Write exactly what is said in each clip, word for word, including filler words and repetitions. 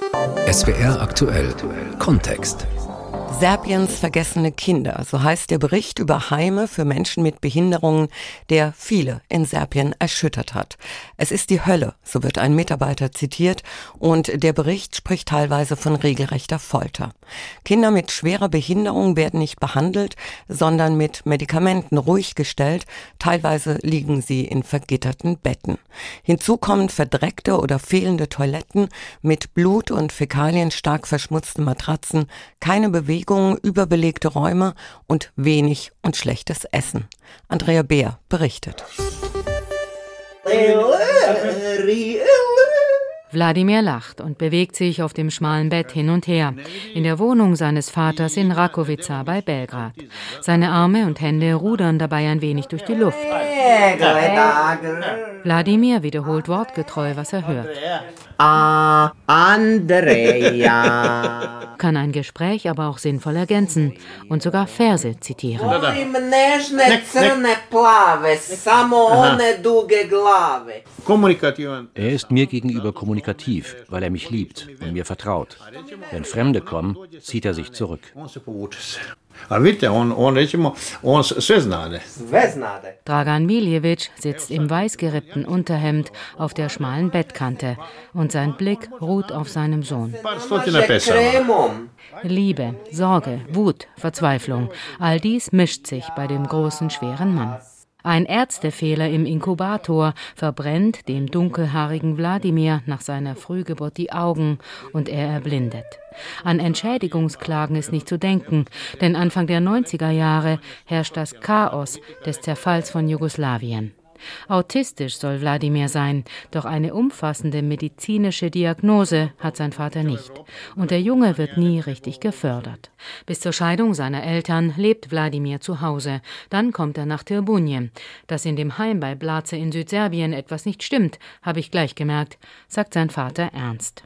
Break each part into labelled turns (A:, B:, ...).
A: S W R aktuell Kontext.
B: Serbiens vergessene Kinder, so heißt der Bericht über Heime für Menschen mit Behinderungen, der viele in Serbien erschüttert hat. Es ist die Hölle, so wird ein Mitarbeiter zitiert, und der Bericht spricht teilweise von regelrechter Folter. Kinder mit schwerer Behinderung werden nicht behandelt, sondern mit Medikamenten ruhig gestellt, teilweise liegen sie in vergitterten Betten. Hinzu kommen verdreckte oder fehlende Toiletten mit Blut und Fäkalien stark verschmutzten Matratzen, keine Bewegung, überbelegte Räume und wenig und schlechtes Essen. Andrea Beer berichtet.
C: Wladimir lacht und bewegt sich auf dem schmalen Bett hin und her, in der Wohnung seines Vaters in Rakovica bei Belgrad. Seine Arme und Hände rudern dabei ein wenig durch die Luft. Wladimir wiederholt wortgetreu, was er hört.
D: Ah, Andrea.
C: Kann ein Gespräch aber auch sinnvoll ergänzen und sogar Verse zitieren.
E: Er ist mir gegenüber kommunikativ, weil er mich liebt und mir vertraut. Wenn Fremde kommen, zieht er sich zurück.
C: Dragan Miljević sitzt im weißgerippten Unterhemd auf der schmalen Bettkante und sein Blick ruht auf seinem Sohn. Liebe, Sorge, Wut, Verzweiflung, all dies mischt sich bei dem großen, schweren Mann. Ein Ärztefehler im Inkubator verbrennt dem dunkelhaarigen Wladimir nach seiner Frühgeburt die Augen und er erblindet. An Entschädigungsklagen ist nicht zu denken, denn Anfang der neunziger Jahre herrscht das Chaos des Zerfalls von Jugoslawien. Autistisch soll Wladimir sein, doch eine umfassende medizinische Diagnose hat sein Vater nicht. Und der Junge wird nie richtig gefördert. Bis zur Scheidung seiner Eltern lebt Wladimir zu Hause. Dann kommt er nach Trbunje. Dass in dem Heim bei Blace in Südserbien etwas nicht stimmt, habe ich gleich gemerkt, sagt sein Vater ernst.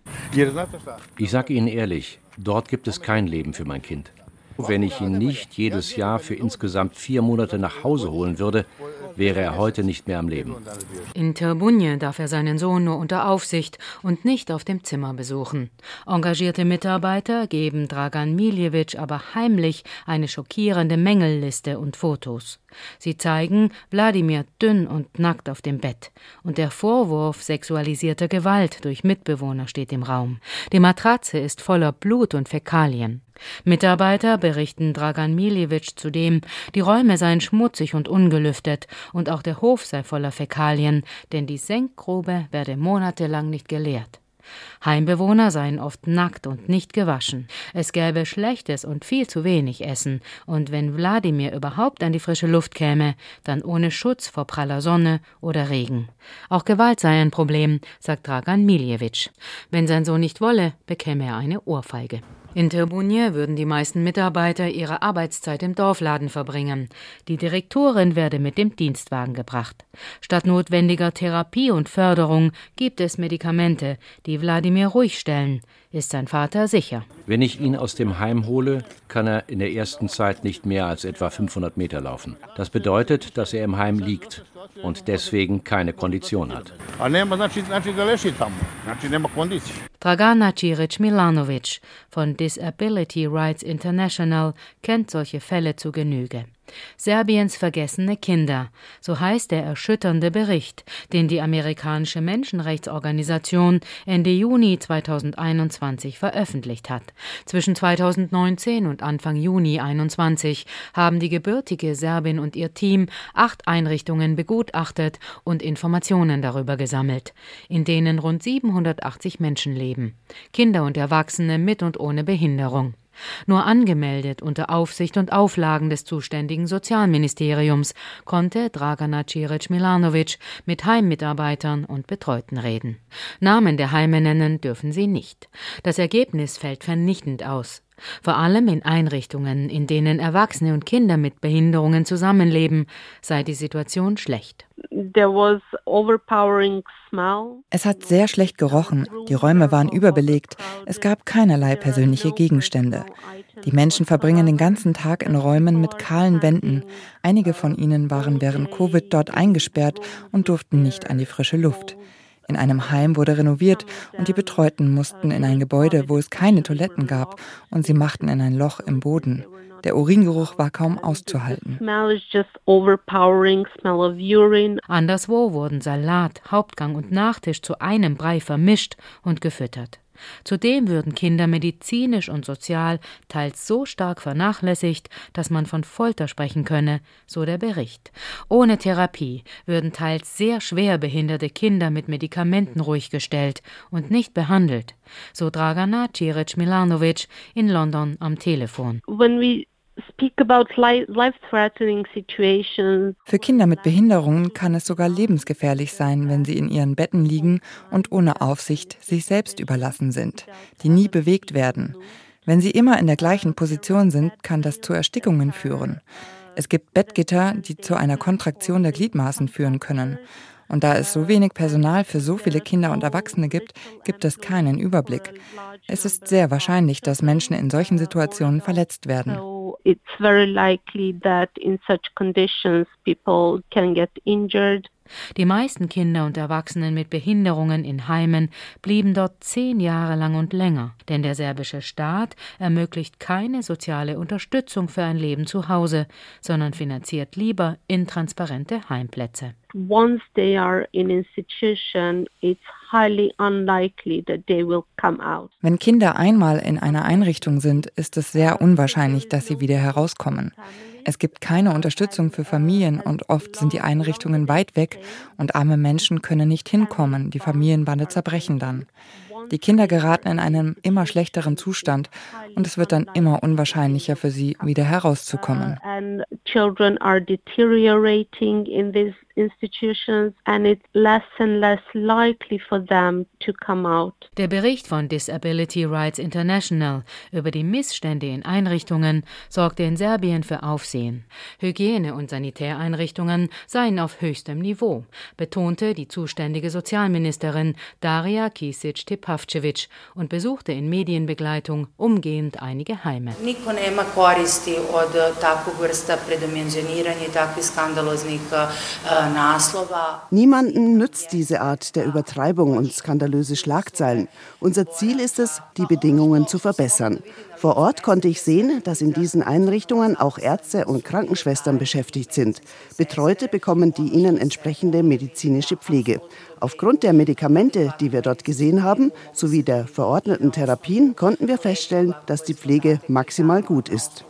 E: Ich sage Ihnen ehrlich, dort gibt es kein Leben für mein Kind. Wenn ich ihn nicht jedes Jahr für insgesamt vier Monate nach Hause holen würde, wäre er heute nicht mehr am Leben.
C: In Trbunje darf er seinen Sohn nur unter Aufsicht und nicht auf dem Zimmer besuchen. Engagierte Mitarbeiter geben Dragan Miljević aber heimlich eine schockierende Mängelliste und Fotos. Sie zeigen Wladimir dünn und nackt auf dem Bett. Und der Vorwurf sexualisierter Gewalt durch Mitbewohner steht im Raum. Die Matratze ist voller Blut und Fäkalien. Mitarbeiter berichten Dragan Miljević zudem, die Räume seien schmutzig und ungelüftet und auch der Hof sei voller Fäkalien, denn die Senkgrube werde monatelang nicht geleert. Heimbewohner seien oft nackt und nicht gewaschen. Es gäbe schlechtes und viel zu wenig Essen. Und wenn Wladimir überhaupt an die frische Luft käme, dann ohne Schutz vor praller Sonne oder Regen. Auch Gewalt sei ein Problem, sagt Dragan Miljević. Wenn sein Sohn nicht wolle, bekäme er eine Ohrfeige. In Trbunje würden die meisten Mitarbeiter ihre Arbeitszeit im Dorfladen verbringen. Die Direktorin werde mit dem Dienstwagen gebracht. Statt notwendiger Therapie und Förderung gibt es Medikamente, die Wladimir ruhig stellen. Ist sein Vater sicher.
E: Wenn ich ihn aus dem Heim hole, kann er in der ersten Zeit nicht mehr als etwa fünfhundert Meter laufen. Das bedeutet, dass er im Heim liegt und deswegen keine Kondition hat.
C: Dragana Ćirić-Milanović von Disability Rights International kennt solche Fälle zu Genüge. Serbiens vergessene Kinder, so heißt der erschütternde Bericht, den die amerikanische Menschenrechtsorganisation Ende Juni zweitausendeinundzwanzig veröffentlicht hat. Zwischen zweitausendneunzehn und Anfang Juni einundzwanzig haben die gebürtige Serbin und ihr Team acht Einrichtungen begutachtet und Informationen darüber gesammelt, in denen rund siebenhundertachtzig Menschen leben, Kinder und Erwachsene mit und ohne Behinderung. Nur angemeldet unter Aufsicht und Auflagen des zuständigen Sozialministeriums konnte Dragana Ćirić-Milanović mit Heimmitarbeitern und Betreuten reden. Namen der Heime nennen dürfen sie nicht. Das Ergebnis fällt vernichtend aus. Vor allem in Einrichtungen, in denen Erwachsene und Kinder mit Behinderungen zusammenleben, sei die Situation schlecht.
F: Es hat sehr schlecht gerochen, die Räume waren überbelegt, es gab keinerlei persönliche Gegenstände. Die Menschen verbringen den ganzen Tag in Räumen mit kahlen Wänden. Einige von ihnen waren während Covid dort eingesperrt und durften nicht an die frische Luft. In einem Heim wurde renoviert und die Betreuten mussten in ein Gebäude, wo es keine Toiletten gab, und sie machten in ein Loch im Boden. Der Uringeruch war kaum auszuhalten.
C: Anderswo wurden Salat, Hauptgang und Nachtisch zu einem Brei vermischt und gefüttert. Zudem würden Kinder medizinisch und sozial teils so stark vernachlässigt, dass man von Folter sprechen könne, so der Bericht. Ohne Therapie würden teils sehr schwer behinderte Kinder mit Medikamenten ruhig gestellt und nicht behandelt, so Dragana Ciric-Milanovic in London am Telefon.
D: When we speak about life-threatening situations.
F: Für Kinder mit Behinderungen kann es sogar lebensgefährlich sein, wenn sie in ihren Betten liegen und ohne Aufsicht sich selbst überlassen sind, die nie bewegt werden. Wenn sie immer in der gleichen Position sind, kann das zu Erstickungen führen. Es gibt Bettgitter, die zu einer Kontraktion der Gliedmaßen führen können. Und da es so wenig Personal für so viele Kinder und Erwachsene gibt, gibt es keinen Überblick. Es ist sehr wahrscheinlich, dass Menschen in solchen Situationen verletzt werden.
D: It's very likely that in such conditions people can get injured.
C: Die meisten Kinder und Erwachsenen mit Behinderungen in Heimen blieben dort zehn Jahre lang und länger, denn der serbische Staat ermöglicht keine soziale Unterstützung für ein Leben zu Hause, sondern finanziert lieber intransparente Heimplätze.
D: Once they are in institution, it's highly unlikely that they will come out.
F: Wenn Kinder einmal in einer Einrichtung sind, ist es sehr unwahrscheinlich, dass sie wieder herauskommen. Es gibt keine Unterstützung für Familien und oft sind die Einrichtungen weit weg und arme Menschen können nicht hinkommen, die Familienbande zerbrechen dann. Die Kinder geraten in einen immer schlechteren Zustand und es wird dann immer unwahrscheinlicher für sie, wieder herauszukommen.
D: And children are deteriorating in these institutions and it's less and less likely for them to come out.
C: Der Bericht von Disability Rights International über die Missstände in Einrichtungen sorgte in Serbien für Aufsehen. Hygiene- und Sanitäreinrichtungen seien auf höchstem Niveau, betonte die zuständige Sozialministerin Daria Kisic-Tepavčević und besuchte in Medienbegleitung umgehend einige Heime.
G: Niko nema koristi od takvog vrsta predimenzioniranja i takvih skandaloznih naslova.
H: Niemanden nützt diese Art der Übertreibung und skandalöse Schlagzeilen. Unser Ziel ist es, die Bedingungen zu verbessern. Vor Ort konnte ich sehen, dass in diesen Einrichtungen auch Ärzte und Krankenschwestern beschäftigt sind. Betreute bekommen die ihnen entsprechende medizinische Pflege. Aufgrund der Medikamente, die wir dort gesehen haben, sowie der verordneten Therapien, konnten wir feststellen, dass die Pflege maximal gut ist.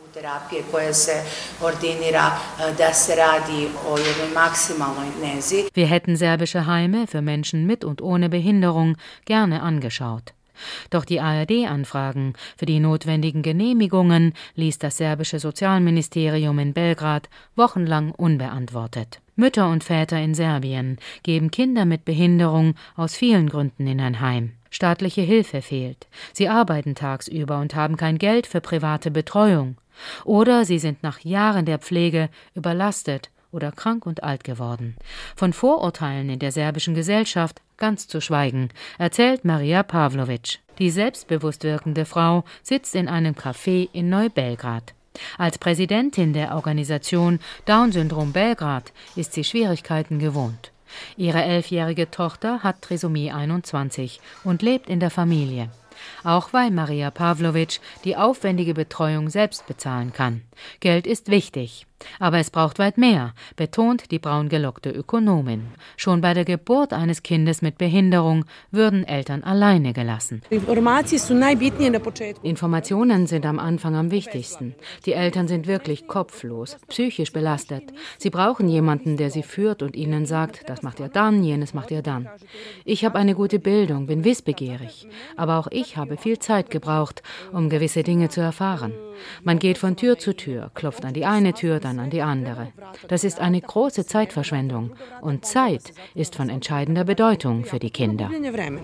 C: Wir hätten serbische Heime für Menschen mit und ohne Behinderung gerne angeschaut. Doch die A R D-Anfragen für die notwendigen Genehmigungen ließ das serbische Sozialministerium in Belgrad wochenlang unbeantwortet. Mütter und Väter in Serbien geben Kinder mit Behinderung aus vielen Gründen in ein Heim. Staatliche Hilfe fehlt. Sie arbeiten tagsüber und haben kein Geld für private Betreuung. Oder sie sind nach Jahren der Pflege überlastet oder krank und alt geworden. Von Vorurteilen in der serbischen Gesellschaft ganz zu schweigen, erzählt Maria Pavlovic. Die selbstbewusst wirkende Frau sitzt in einem Café in Neubelgrad. Als Präsidentin der Organisation Down-Syndrom Belgrad ist sie Schwierigkeiten gewohnt. Ihre elfjährige Tochter hat Trisomie einundzwanzig und lebt in der Familie. Auch weil Maria Pavlovic die aufwendige Betreuung selbst bezahlen kann. Geld ist wichtig, aber es braucht weit mehr, betont die braungelockte Ökonomin. Schon bei der Geburt eines Kindes mit Behinderung würden Eltern alleine gelassen. Informationen sind am Anfang am wichtigsten. Die Eltern sind wirklich kopflos, psychisch belastet. Sie brauchen jemanden, der sie führt und ihnen sagt, das macht ihr dann, jenes macht ihr dann. Ich habe eine gute Bildung, bin wissbegierig, aber auch ich habe viel Zeit gebraucht, um gewisse Dinge zu erfahren. Man geht von Tür zu Tür, klopft an die eine Tür, dann an die andere. Das ist eine große Zeitverschwendung und Zeit ist von entscheidender Bedeutung für die Kinder.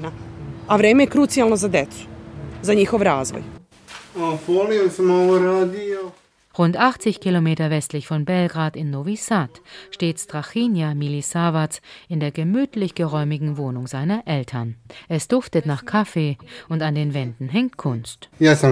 C: Rund achtzig Kilometer westlich von Belgrad in Novi Sad steht Strachinja Milisavac in der gemütlich geräumigen Wohnung seiner Eltern. Es duftet nach Kaffee und an den Wänden hängt Kunst.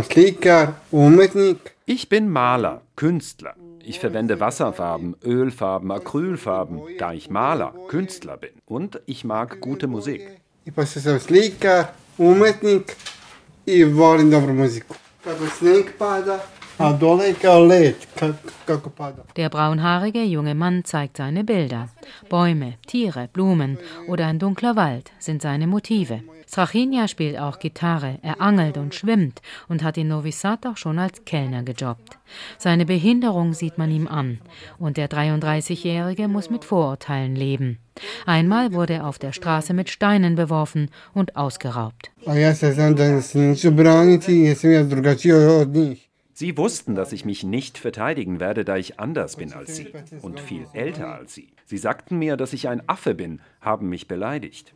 I: Ich bin Maler, Künstler. Ich verwende Wasserfarben, Ölfarben, Acrylfarben, da ich Maler, Künstler bin. Und ich mag gute Musik.
J: I posle sam slikar, umetnik i volim dobru muziku. Kako sneg pada, a dole kao led, kako pada.
C: Der braunhaarige junge Mann zeigt seine Bilder. Bäume, Tiere, Blumen oder ein dunkler Wald sind seine Motive. Strachinja spielt auch Gitarre, er angelt und schwimmt und hat in Novi Sad auch schon als Kellner gejobbt. Seine Behinderung sieht man ihm an und der dreiunddreißigjährige muss mit Vorurteilen leben. Einmal wurde er auf der Straße mit Steinen beworfen und ausgeraubt.
I: Sie wussten, dass ich mich nicht verteidigen werde, da ich anders bin als sie und viel älter als sie. Sie sagten mir, dass ich ein Affe bin, haben mich beleidigt.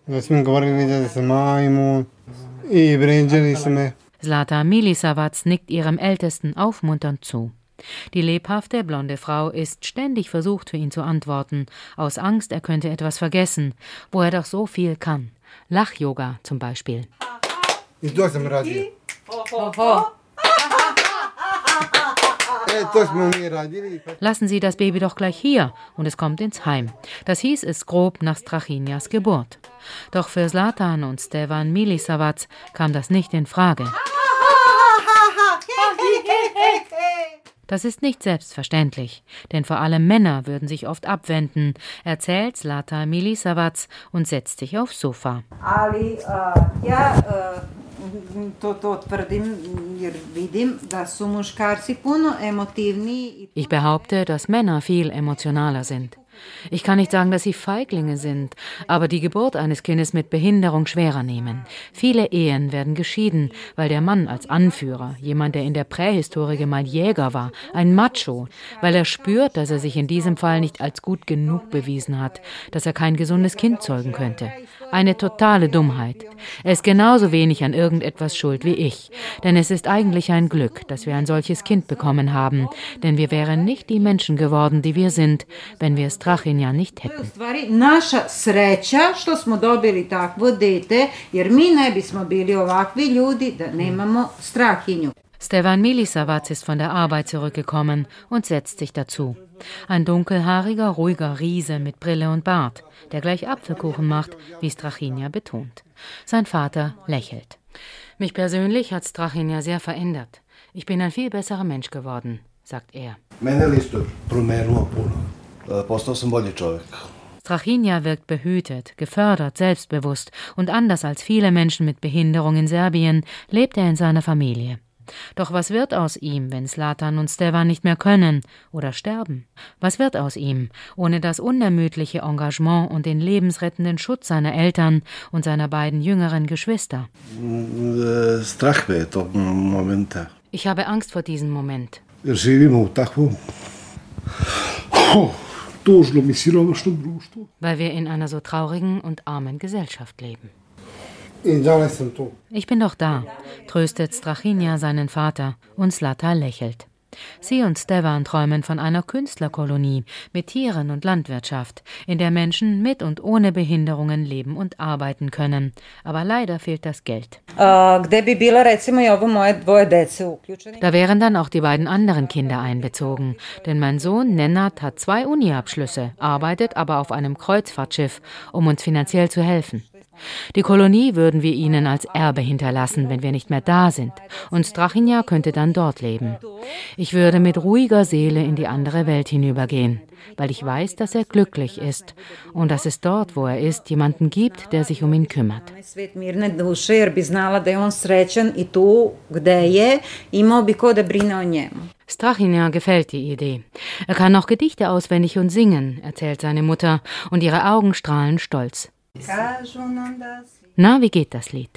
C: Zlata Milisavac nickt ihrem Ältesten aufmunternd zu. Die lebhafte, blonde Frau ist ständig versucht, für ihn zu antworten, aus Angst, er könnte etwas vergessen, wo er doch so viel kann. Lach-Yoga zum Beispiel. Lassen Sie das Baby doch gleich hier und es kommt ins Heim. Das hieß es grob nach Strachinjas Geburt. Doch für Zlatan und Stevan Milisavac kam das nicht in Frage. Das ist nicht selbstverständlich, denn vor allem Männer würden sich oft abwenden, erzählt Zlata Milisavac und setzt sich aufs Sofa.
K: Ali, uh, ja, uh
C: Ich behaupte, dass Männer viel emotionaler sind. Ich kann nicht sagen, dass sie Feiglinge sind, aber die Geburt eines Kindes mit Behinderung schwerer nehmen. Viele Ehen werden geschieden, weil der Mann als Anführer, jemand, der in der Prähistorie mal Jäger war, ein Macho, weil er spürt, dass er sich in diesem Fall nicht als gut genug bewiesen hat, dass er kein gesundes Kind zeugen könnte. Eine totale Dummheit. Er ist genauso wenig an irgendetwas schuld wie ich, denn es ist eigentlich ein Glück, dass wir ein solches Kind bekommen haben, denn wir wären nicht die Menschen geworden, die wir sind, wenn wir Strachinja nicht hätten.
K: Naša sreća što smo dobili takvo dete, jer mi ne bismo bili ovakvi ljudi da nemamo Strachinju.
C: Stevan Milisavac ist von der Arbeit zurückgekommen und setzt sich dazu. Ein dunkelhaariger, ruhiger Riese mit Brille und Bart, der gleich Apfelkuchen macht, wie Strachinja betont. Sein Vater lächelt. Mich persönlich hat Strachinja sehr verändert. Ich bin ein viel besserer Mensch geworden, sagt er. Strachinja wirkt behütet, gefördert, selbstbewusst und anders als viele Menschen mit Behinderung in Serbien lebt er in seiner Familie. Doch was wird aus ihm, wenn Zlatan und Stevan nicht mehr können oder sterben? Was wird aus ihm, ohne das unermüdliche Engagement und den lebensrettenden Schutz seiner Eltern und seiner beiden jüngeren Geschwister? Ich habe Angst vor diesem Moment. Weil wir in einer so traurigen und armen Gesellschaft leben. Ich bin doch da, tröstet Strachinja seinen Vater und Zlata lächelt. Sie und Stevan träumen von einer Künstlerkolonie mit Tieren und Landwirtschaft, in der Menschen mit und ohne Behinderungen leben und arbeiten können. Aber leider fehlt das Geld. Da wären dann auch die beiden anderen Kinder einbezogen. Denn mein Sohn Nenad hat zwei Uni-Abschlüsse, arbeitet aber auf einem Kreuzfahrtschiff, um uns finanziell zu helfen. Die Kolonie würden wir ihnen als Erbe hinterlassen, wenn wir nicht mehr da sind. Und Strachinja könnte dann dort leben. Ich würde mit ruhiger Seele in die andere Welt hinübergehen, weil ich weiß, dass er glücklich ist und dass es dort, wo er ist, jemanden gibt, der sich um ihn kümmert. Strachinja gefällt die Idee. Er kann auch Gedichte auswendig und singen, erzählt seine Mutter, und ihre Augen strahlen stolz. Na, wie geht das Lied?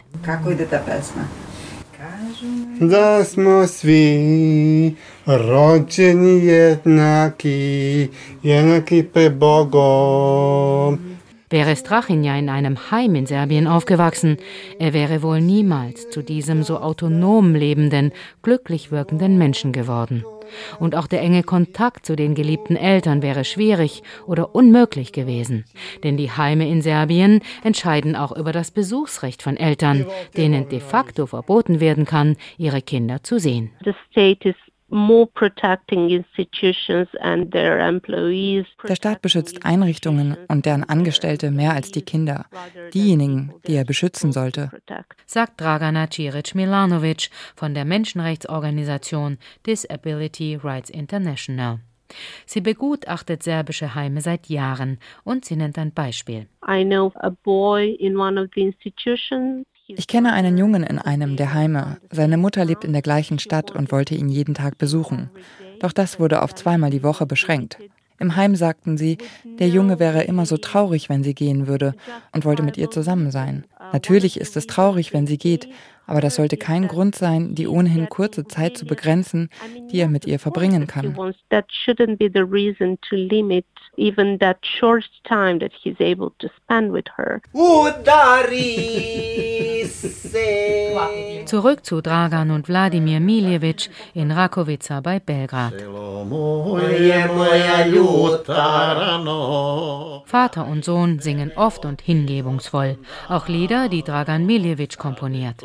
J: Da smo svi rođeni jednaki, jednaki pred Bogom.
C: Wäre Strachinja in einem Heim in Serbien aufgewachsen, er wäre wohl niemals zu diesem so autonom lebenden, glücklich wirkenden Menschen geworden. Und auch der enge Kontakt zu den geliebten Eltern wäre schwierig oder unmöglich gewesen. Denn die Heime in Serbien entscheiden auch über das Besuchsrecht von Eltern, denen de facto verboten werden kann, ihre Kinder zu sehen.
D: The state is more protecting institutions and their employees.
F: Der Staat beschützt Einrichtungen und deren Angestellte mehr als die Kinder, diejenigen, die er beschützen sollte,
C: sagt Dragana Ciric-Milanovic von der Menschenrechtsorganisation Disability Rights International. Sie begutachtet serbische Heime seit Jahren und sie nennt ein Beispiel.
D: I know a boy in one of the institutions.
F: Ich kenne einen Jungen in einem der Heime. Seine Mutter lebt in der gleichen Stadt und wollte ihn jeden Tag besuchen. Doch das wurde auf zweimal die Woche beschränkt. Im Heim sagten sie, der Junge wäre immer so traurig, wenn sie gehen würde und wollte mit ihr zusammen sein. Natürlich ist es traurig, wenn sie geht, aber das sollte kein Grund sein, die ohnehin kurze Zeit zu begrenzen, die er mit ihr verbringen kann.
D: That shouldn't be the reason to limit even that short time that he's able to spend with her.
C: Zurück zu Dragan und Vladimir Miljevic in Rakovica bei Belgrad. Vater und Sohn singen oft und hingebungsvoll, auch Lieder, die Dragan Miljevic komponiert.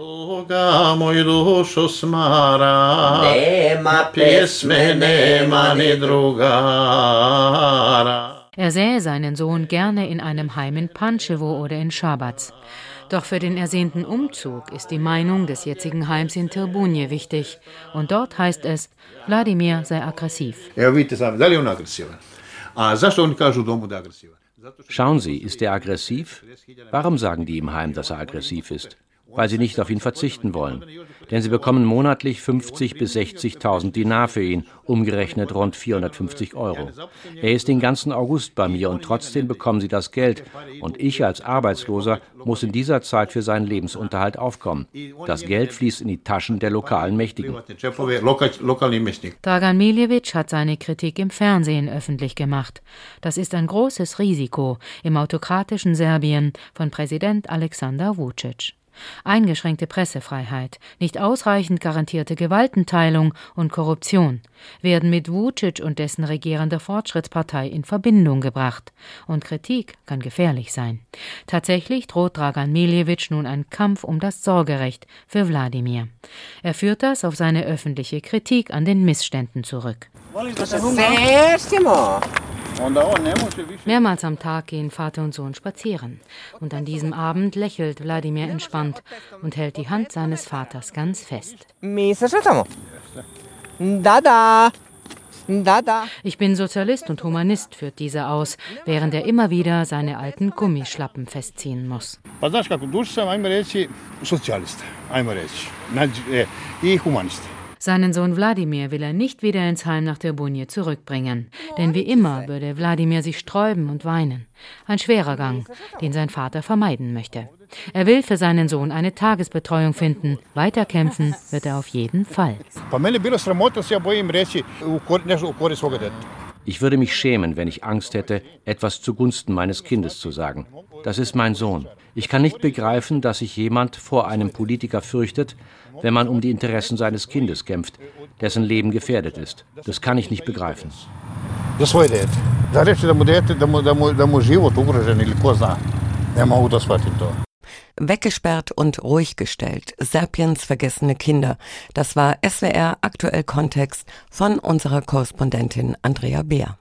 C: Er sähe seinen Sohn gerne in einem Heim in Pančevo oder in Šabac. Doch für den ersehnten Umzug ist die Meinung des jetzigen Heims in Tribunje wichtig. Und dort heißt es, Vladimir sei aggressiv.
E: Schauen Sie, ist er aggressiv? Warum sagen die im Heim, dass er aggressiv ist? Weil sie nicht auf ihn verzichten wollen. Denn sie bekommen monatlich fünfzigtausend bis sechzigtausend Dinar für ihn, umgerechnet rund vierhundertfünfzig Euro. Er ist den ganzen August bei mir und trotzdem bekommen sie das Geld. Und ich als Arbeitsloser muss in dieser Zeit für seinen Lebensunterhalt aufkommen. Das Geld fließt in die Taschen der lokalen Mächtigen.
C: Dragan Miljevic hat seine Kritik im Fernsehen öffentlich gemacht. Das ist ein großes Risiko im autokratischen Serbien von Präsident Aleksandar Vučić. Eingeschränkte Pressefreiheit, nicht ausreichend garantierte Gewaltenteilung und Korruption werden mit Vučić und dessen regierender Fortschrittspartei in Verbindung gebracht. Und Kritik kann gefährlich sein. Tatsächlich droht Dragan Miljevic nun ein Kampf um das Sorgerecht für Wladimir. Er führt das auf seine öffentliche Kritik an den Missständen zurück. Mehrmals am Tag gehen Vater und Sohn spazieren. Und an diesem Abend lächelt Wladimir entspannt und hält die Hand seines Vaters ganz fest. Ich bin Sozialist und Humanist, führt dieser aus, während er immer wieder seine alten Gummischlappen festziehen muss. Seinen Sohn Wladimir will er nicht wieder ins Heim nach Tribunje zurückbringen. Denn wie immer würde Wladimir sich sträuben und weinen. Ein schwerer Gang, den sein Vater vermeiden möchte. Er will für seinen Sohn eine Tagesbetreuung finden. Weiterkämpfen wird er auf jeden Fall.
E: Ich würde mich schämen, wenn ich Angst hätte, etwas zugunsten meines Kindes zu sagen. Das ist mein Sohn. Ich kann nicht begreifen, dass sich jemand vor einem Politiker fürchtet, wenn man um die Interessen seines Kindes kämpft, dessen Leben gefährdet ist. Das kann ich nicht begreifen.
B: Weggesperrt und ruhig gestellt. Serbiens vergessene Kinder. Das war S W R Aktuell Kontext von unserer Korrespondentin Andrea Beer.